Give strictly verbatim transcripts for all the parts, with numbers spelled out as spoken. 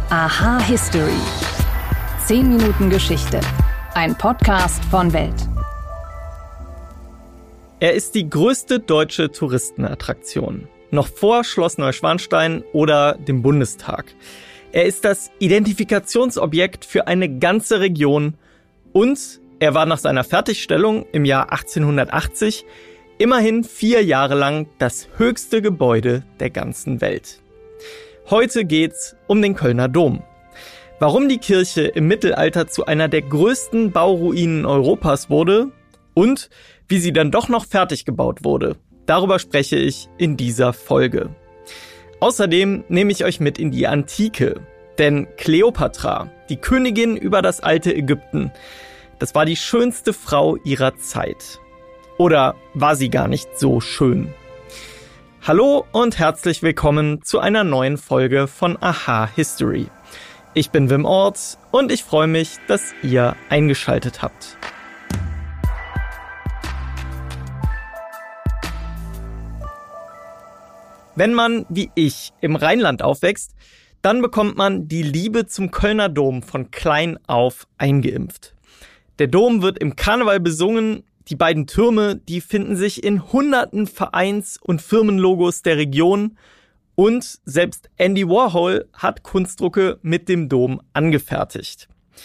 Aha History. zehn Minuten Geschichte. Ein Podcast von Welt. Er ist die größte deutsche Touristenattraktion. Noch vor Schloss Neuschwanstein oder dem Bundestag. Er ist das Identifikationsobjekt für eine ganze Region und er war nach seiner Fertigstellung im Jahr achtzehnhundertachtzig immerhin vier Jahre lang das höchste Gebäude der ganzen Welt. Heute geht's um den Kölner Dom. Warum die Kirche im Mittelalter zu einer der größten Bauruinen Europas wurde und wie sie dann doch noch fertig gebaut wurde, darüber spreche ich in dieser Folge. Außerdem nehme ich euch mit in die Antike, denn Kleopatra, die Königin über das alte Ägypten, das war die schönste Frau ihrer Zeit. Oder war sie gar nicht so schön? Hallo und herzlich willkommen zu einer neuen Folge von Aha History. Ich bin Wim Orts und ich freue mich, dass ihr eingeschaltet habt. Wenn man, wie ich, im Rheinland aufwächst, dann bekommt man die Liebe zum Kölner Dom von klein auf eingeimpft. Der Dom wird im Karneval besungen. Die beiden Türme, die finden sich in hunderten Vereins- und Firmenlogos der Region und selbst Andy Warhol hat Kunstdrucke mit dem Dom angefertigt.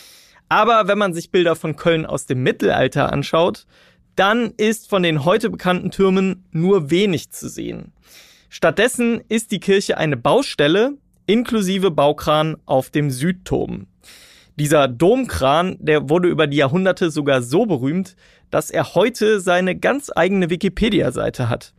Aber wenn man sich Bilder von Köln aus dem Mittelalter anschaut, dann ist von den heute bekannten Türmen nur wenig zu sehen. Stattdessen ist die Kirche eine Baustelle inklusive Baukran auf dem Südturm. Dieser Domkran, der wurde über die Jahrhunderte sogar so berühmt, dass er heute seine ganz eigene Wikipedia-Seite hat.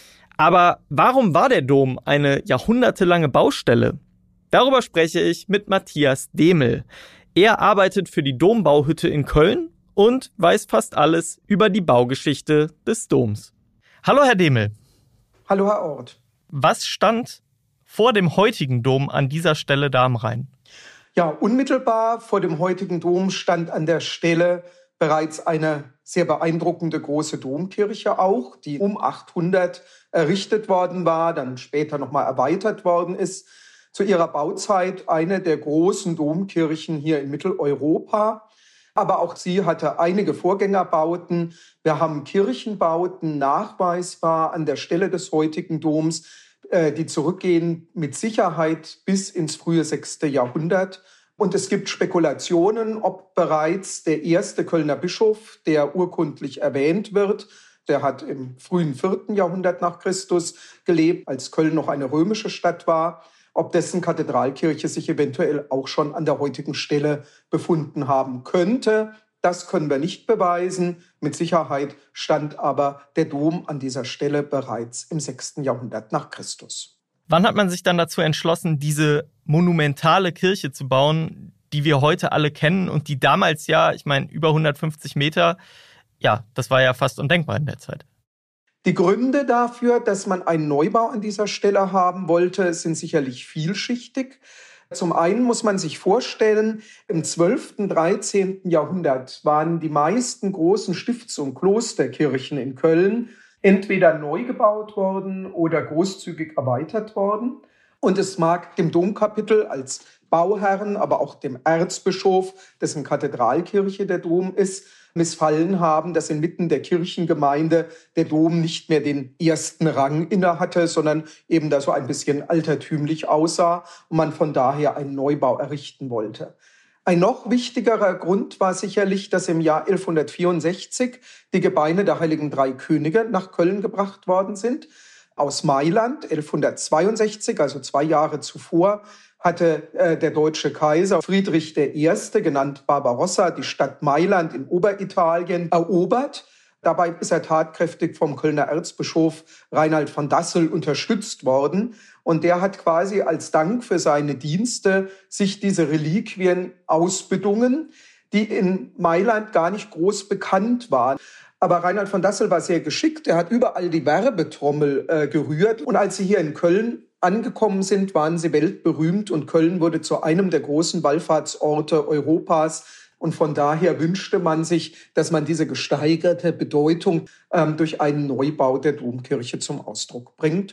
Aber warum war der Dom eine jahrhundertelange Baustelle? Darüber spreche ich mit Matthias Demel. Er arbeitet für die Dombauhütte in Köln und weiß fast alles über die Baugeschichte des Doms. Hallo Herr Demel. Hallo Herr Ort. Was stand vor dem heutigen Dom an dieser Stelle da am Rhein? Ja, unmittelbar vor dem heutigen Dom stand an der Stelle bereits eine sehr beeindruckende große Domkirche auch, die um achthundert errichtet worden war, dann später nochmal erweitert worden ist. Zu ihrer Bauzeit eine der großen Domkirchen hier in Mitteleuropa. Aber auch sie hatte einige Vorgängerbauten. Wir haben Kirchenbauten nachweisbar an der Stelle des heutigen Doms, die zurückgehen mit Sicherheit bis ins frühe sechste Jahrhundert. Und es gibt Spekulationen, ob bereits der erste Kölner Bischof, der urkundlich erwähnt wird, der hat im frühen vierten Jahrhundert nach Christus gelebt, als Köln noch eine römische Stadt war, ob dessen Kathedralkirche sich eventuell auch schon an der heutigen Stelle befunden haben könnte. Das können wir nicht beweisen. Mit Sicherheit stand aber der Dom an dieser Stelle bereits im sechsten Jahrhundert nach Christus. Wann hat man sich dann dazu entschlossen, diese monumentale Kirche zu bauen, die wir heute alle kennen und die damals ja, ich meine, über hundertfünfzig Meter, ja, das war ja fast undenkbar in der Zeit. Die Gründe dafür, dass man einen Neubau an dieser Stelle haben wollte, sind sicherlich vielschichtig. Zum einen muss man sich vorstellen, im zwölften, dreizehnten Jahrhundert waren die meisten großen Stifts- und Klosterkirchen in Köln entweder neu gebaut worden oder großzügig erweitert worden. Und es mag dem Domkapitel als Bauherren, aber auch dem Erzbischof, dessen Kathedralkirche der Dom ist, missfallen haben, dass inmitten der Kirchengemeinde der Dom nicht mehr den ersten Rang innehatte, sondern eben da so ein bisschen altertümlich aussah und man von daher einen Neubau errichten wollte. Ein noch wichtigerer Grund war sicherlich, dass im Jahr elfhundertvierundsechzig die Gebeine der Heiligen Drei Könige nach Köln gebracht worden sind. Aus Mailand, elfhundertzweiundsechzig, also zwei Jahre zuvor, hatte äh, der deutsche Kaiser Friedrich der Erste, genannt Barbarossa, die Stadt Mailand in Oberitalien erobert. Dabei ist er tatkräftig vom Kölner Erzbischof Reinhard von Dassel unterstützt worden. Und der hat quasi als Dank für seine Dienste sich diese Reliquien ausbedungen, die in Mailand gar nicht groß bekannt waren. Aber Reinhard von Dassel war sehr geschickt. Er hat überall die Werbetrommel äh, gerührt. Und als sie hier in Köln angekommen sind, waren sie weltberühmt. Und Köln wurde zu einem der großen Wallfahrtsorte Europas. Und von daher wünschte man sich, dass man diese gesteigerte Bedeutung ähm, durch einen Neubau der Domkirche zum Ausdruck bringt.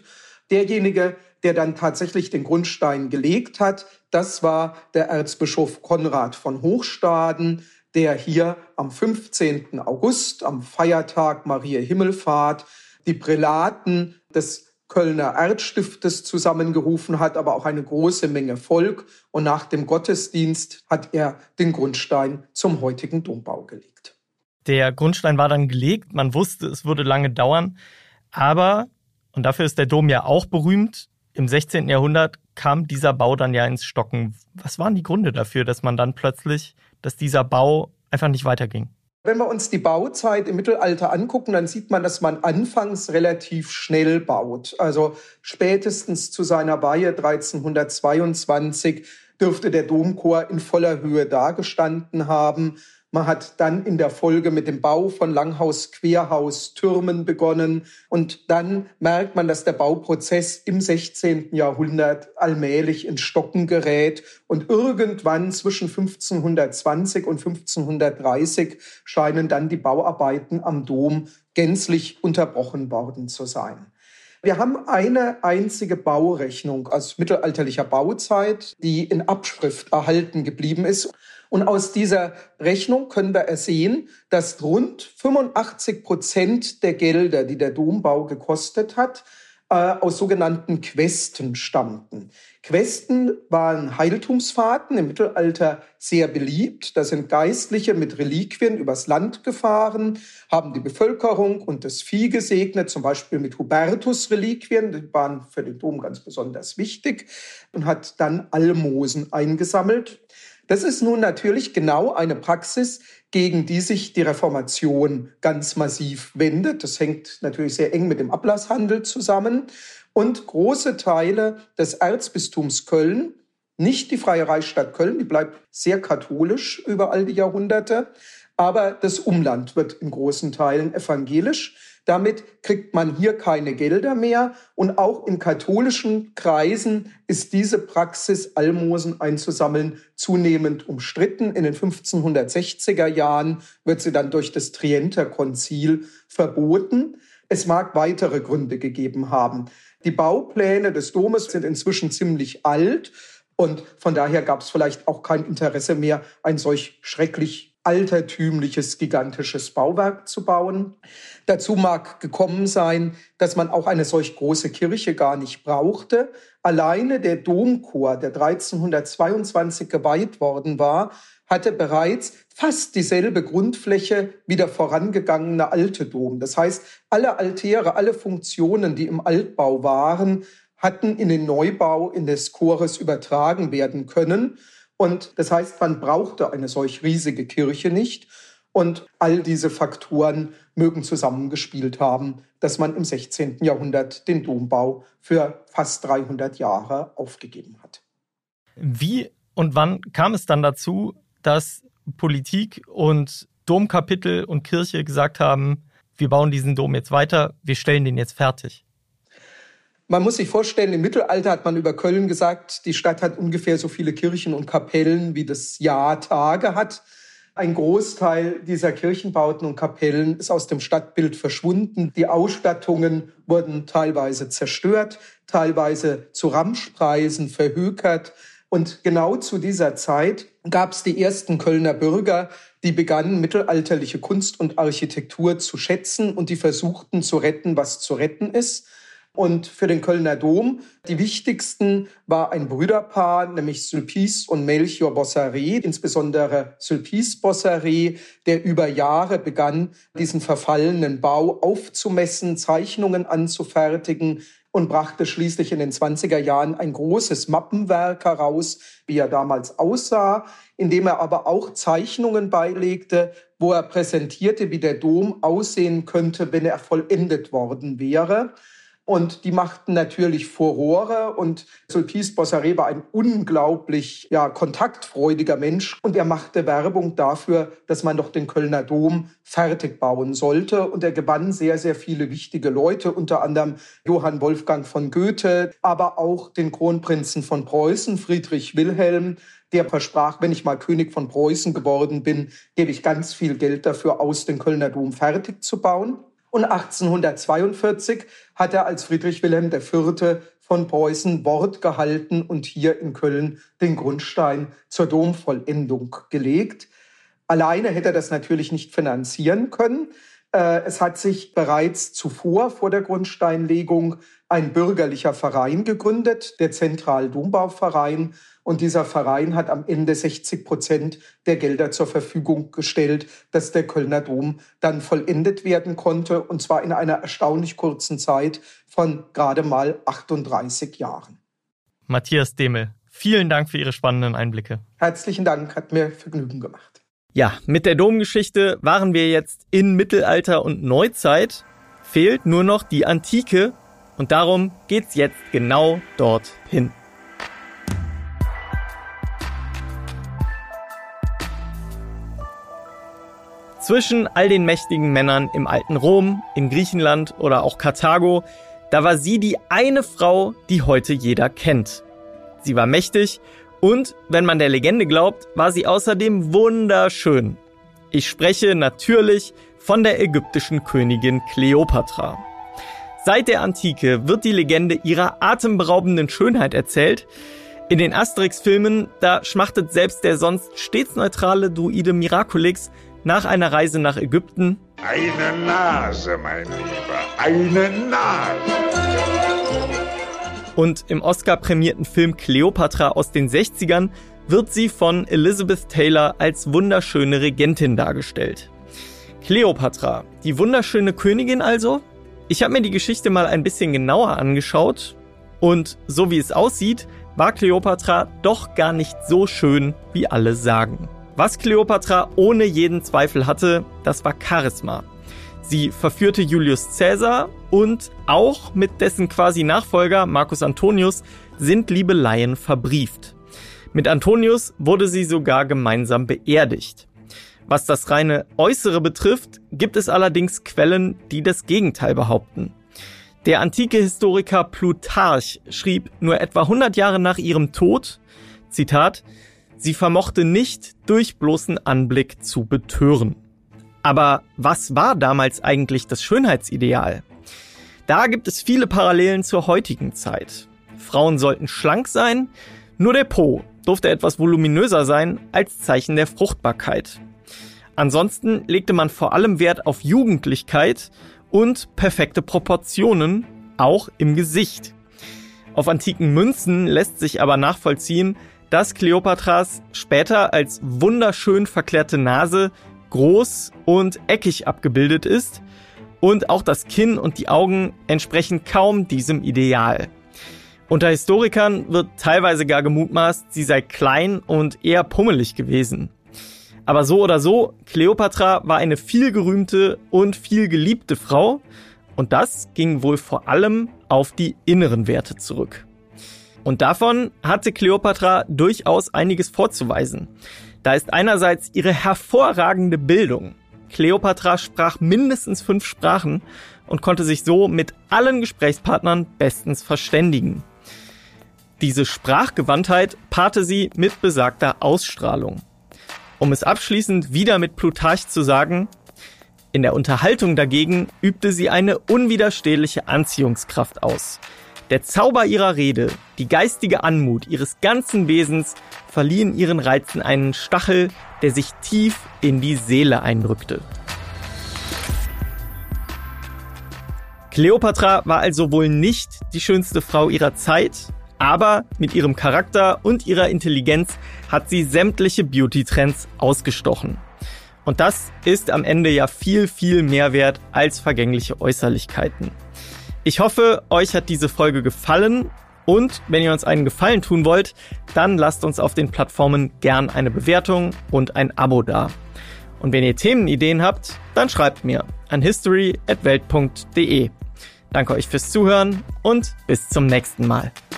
Derjenige, der dann tatsächlich den Grundstein gelegt hat, das war der Erzbischof Konrad von Hochstaden, der hier am fünfzehnten August, am Feiertag Mariä Himmelfahrt, die Prälaten des Kölner Erzstiftes zusammengerufen hat, aber auch eine große Menge Volk. Und nach dem Gottesdienst hat er den Grundstein zum heutigen Dombau gelegt. Der Grundstein war dann gelegt, man wusste, es würde lange dauern. Aber, und dafür ist der Dom ja auch berühmt, im sechzehnten Jahrhundert kam dieser Bau dann ja ins Stocken. Was waren die Gründe dafür, dass man dann plötzlich, dass dieser Bau einfach nicht weiterging? Wenn wir uns die Bauzeit im Mittelalter angucken, dann sieht man, dass man anfangs relativ schnell baut. Also spätestens zu seiner Weihe dreizehnhundertzweiundzwanzig dürfte der Domchor in voller Höhe dagestanden haben. Man hat dann in der Folge mit dem Bau von Langhaus, Querhaus, Türmen begonnen. Und dann merkt man, dass der Bauprozess im sechzehnten Jahrhundert allmählich ins Stocken gerät. Und irgendwann zwischen fünfzehnhundertzwanzig und fünfzehnhundertdreißig scheinen dann die Bauarbeiten am Dom gänzlich unterbrochen worden zu sein. Wir haben eine einzige Baurechnung aus mittelalterlicher Bauzeit, die in Abschrift erhalten geblieben ist. Und aus dieser Rechnung können wir ersehen, dass rund fünfundachtzig Prozent der Gelder, die der Dombau gekostet hat, äh, aus sogenannten Questen stammten. Questen waren Heiligtumsfahrten, im Mittelalter sehr beliebt. Da sind Geistliche mit Reliquien übers Land gefahren, haben die Bevölkerung und das Vieh gesegnet, zum Beispiel mit Hubertus-Reliquien, die waren für den Dom ganz besonders wichtig, und hat dann Almosen eingesammelt. Das ist nun natürlich genau eine Praxis, gegen die sich die Reformation ganz massiv wendet. Das hängt natürlich sehr eng mit dem Ablasshandel zusammen. Und große Teile des Erzbistums Köln, nicht die Freie Reichsstadt Köln, die bleibt sehr katholisch über all die Jahrhunderte, aber das Umland wird in großen Teilen evangelisch. Damit kriegt man hier keine Gelder mehr. Und auch in katholischen Kreisen ist diese Praxis, Almosen einzusammeln, zunehmend umstritten. In den fünfzehnhundertsechziger Jahren wird sie dann durch das Trienter Konzil verboten. Es mag weitere Gründe gegeben haben. Die Baupläne des Domes sind inzwischen ziemlich alt. Und von daher gab es vielleicht auch kein Interesse mehr, ein solch schrecklich altertümliches, gigantisches Bauwerk zu bauen. Dazu mag gekommen sein, dass man auch eine solch große Kirche gar nicht brauchte. Alleine der Domchor, der dreizehnhundertzweiundzwanzig geweiht worden war, hatte bereits fast dieselbe Grundfläche wie der vorangegangene alte Dom. Das heißt, alle Altäre, alle Funktionen, die im Altbau waren, hatten in den Neubau in des Chores übertragen werden können. Und das heißt, man brauchte eine solch riesige Kirche nicht. Und all diese Faktoren mögen zusammengespielt haben, dass man im sechzehnten Jahrhundert den Dombau für fast dreihundert Jahre aufgegeben hat. Wie und wann kam es dann dazu, dass Politik und Domkapitel und Kirche gesagt haben, wir bauen diesen Dom jetzt weiter, wir stellen den jetzt fertig? Man muss sich vorstellen, im Mittelalter hat man über Köln gesagt, die Stadt hat ungefähr so viele Kirchen und Kapellen, wie das Jahr Tage hat. Ein Großteil dieser Kirchenbauten und Kapellen ist aus dem Stadtbild verschwunden. Die Ausstattungen wurden teilweise zerstört, teilweise zu Ramschpreisen verhökert. Und genau zu dieser Zeit gab es die ersten Kölner Bürger, die begannen, mittelalterliche Kunst und Architektur zu schätzen und die versuchten zu retten, was zu retten ist. Und für den Kölner Dom, die wichtigsten war ein Brüderpaar, nämlich Sulpice und Melchior Bossaré, insbesondere Sulpice Bossaré, der über Jahre begann, diesen verfallenen Bau aufzumessen, Zeichnungen anzufertigen und brachte schließlich in den zwanziger Jahren ein großes Mappenwerk heraus, wie er damals aussah, indem er aber auch Zeichnungen beilegte, wo er präsentierte, wie der Dom aussehen könnte, wenn er vollendet worden wäre. Und die machten natürlich Furore und Sulpice Bossaré war ein unglaublich ja, kontaktfreudiger Mensch und er machte Werbung dafür, dass man doch den Kölner Dom fertig bauen sollte und er gewann sehr, sehr viele wichtige Leute, unter anderem Johann Wolfgang von Goethe, aber auch den Kronprinzen von Preußen, Friedrich Wilhelm, der versprach, wenn ich mal König von Preußen geworden bin, gebe ich ganz viel Geld dafür aus, den Kölner Dom fertig zu bauen. Und achtzehnhundertzweiundvierzig hat er als Friedrich Wilhelm der Vierte von Preußen Wort gehalten und hier in Köln den Grundstein zur Domvollendung gelegt. Alleine hätte er das natürlich nicht finanzieren können. Es hat sich bereits zuvor, vor der Grundsteinlegung, ein bürgerlicher Verein gegründet, der Zentraldombauverein. Und dieser Verein hat am Ende sechzig Prozent der Gelder zur Verfügung gestellt, dass der Kölner Dom dann vollendet werden konnte. Und zwar in einer erstaunlich kurzen Zeit von gerade mal achtunddreißig Jahren. Matthias Demel, vielen Dank für Ihre spannenden Einblicke. Herzlichen Dank, hat mir Vergnügen gemacht. Ja, mit der Domgeschichte waren wir jetzt in Mittelalter und Neuzeit. Fehlt nur noch die Antike und darum geht's jetzt genau dorthin. Zwischen all den mächtigen Männern im alten Rom, in Griechenland oder auch Karthago, da war sie die eine Frau, die heute jeder kennt. Sie war mächtig und, wenn man der Legende glaubt, war sie außerdem wunderschön. Ich spreche natürlich von der ägyptischen Königin Kleopatra. Seit der Antike wird die Legende ihrer atemberaubenden Schönheit erzählt. In den Asterix-Filmen, da schmachtet selbst der sonst stets neutrale Druide Miraculix nach einer Reise nach Ägypten: Eine Nase, mein Lieber, eine Nase. Und im Oscar-prämierten Film Kleopatra aus den sechzigern wird sie von Elizabeth Taylor als wunderschöne Regentin dargestellt. Kleopatra, die wunderschöne Königin also? Ich habe mir die Geschichte mal ein bisschen genauer angeschaut und so wie es aussieht, war Kleopatra doch gar nicht so schön, wie alle sagen. Was Kleopatra ohne jeden Zweifel hatte, das war Charisma. Sie verführte Julius Caesar und auch mit dessen quasi Nachfolger Marcus Antonius sind Liebeleien verbrieft. Mit Antonius wurde sie sogar gemeinsam beerdigt. Was das reine Äußere betrifft, gibt es allerdings Quellen, die das Gegenteil behaupten. Der antike Historiker Plutarch schrieb nur etwa hundert Jahre nach ihrem Tod, Zitat, sie vermochte nicht, durch bloßen Anblick zu betören. Aber was war damals eigentlich das Schönheitsideal? Da gibt es viele Parallelen zur heutigen Zeit. Frauen sollten schlank sein, nur der Po durfte etwas voluminöser sein als Zeichen der Fruchtbarkeit. Ansonsten legte man vor allem Wert auf Jugendlichkeit und perfekte Proportionen, auch im Gesicht. Auf antiken Münzen lässt sich aber nachvollziehen, dass Kleopatras später als wunderschön verklärte Nase groß und eckig abgebildet ist und auch das Kinn und die Augen entsprechen kaum diesem Ideal. Unter Historikern wird teilweise gar gemutmaßt, sie sei klein und eher pummelig gewesen. Aber so oder so, Kleopatra war eine vielgerühmte und viel geliebte Frau und das ging wohl vor allem auf die inneren Werte zurück. Und davon hatte Kleopatra durchaus einiges vorzuweisen. Da ist einerseits ihre hervorragende Bildung. Kleopatra sprach mindestens fünf Sprachen und konnte sich so mit allen Gesprächspartnern bestens verständigen. Diese Sprachgewandtheit paarte sie mit besagter Ausstrahlung. Um es abschließend wieder mit Plutarch zu sagen, in der Unterhaltung dagegen übte sie eine unwiderstehliche Anziehungskraft aus. Der Zauber ihrer Rede, die geistige Anmut ihres ganzen Wesens verliehen ihren Reizen einen Stachel, der sich tief in die Seele eindrückte. Kleopatra war also wohl nicht die schönste Frau ihrer Zeit, aber mit ihrem Charakter und ihrer Intelligenz hat sie sämtliche Beauty-Trends ausgestochen. Und das ist am Ende ja viel, viel mehr wert als vergängliche Äußerlichkeiten. Ich hoffe, euch hat diese Folge gefallen und wenn ihr uns einen Gefallen tun wollt, dann lasst uns auf den Plattformen gern eine Bewertung und ein Abo da. Und wenn ihr Themenideen habt, dann schreibt mir an history at welt punkt de. Danke euch fürs Zuhören und bis zum nächsten Mal.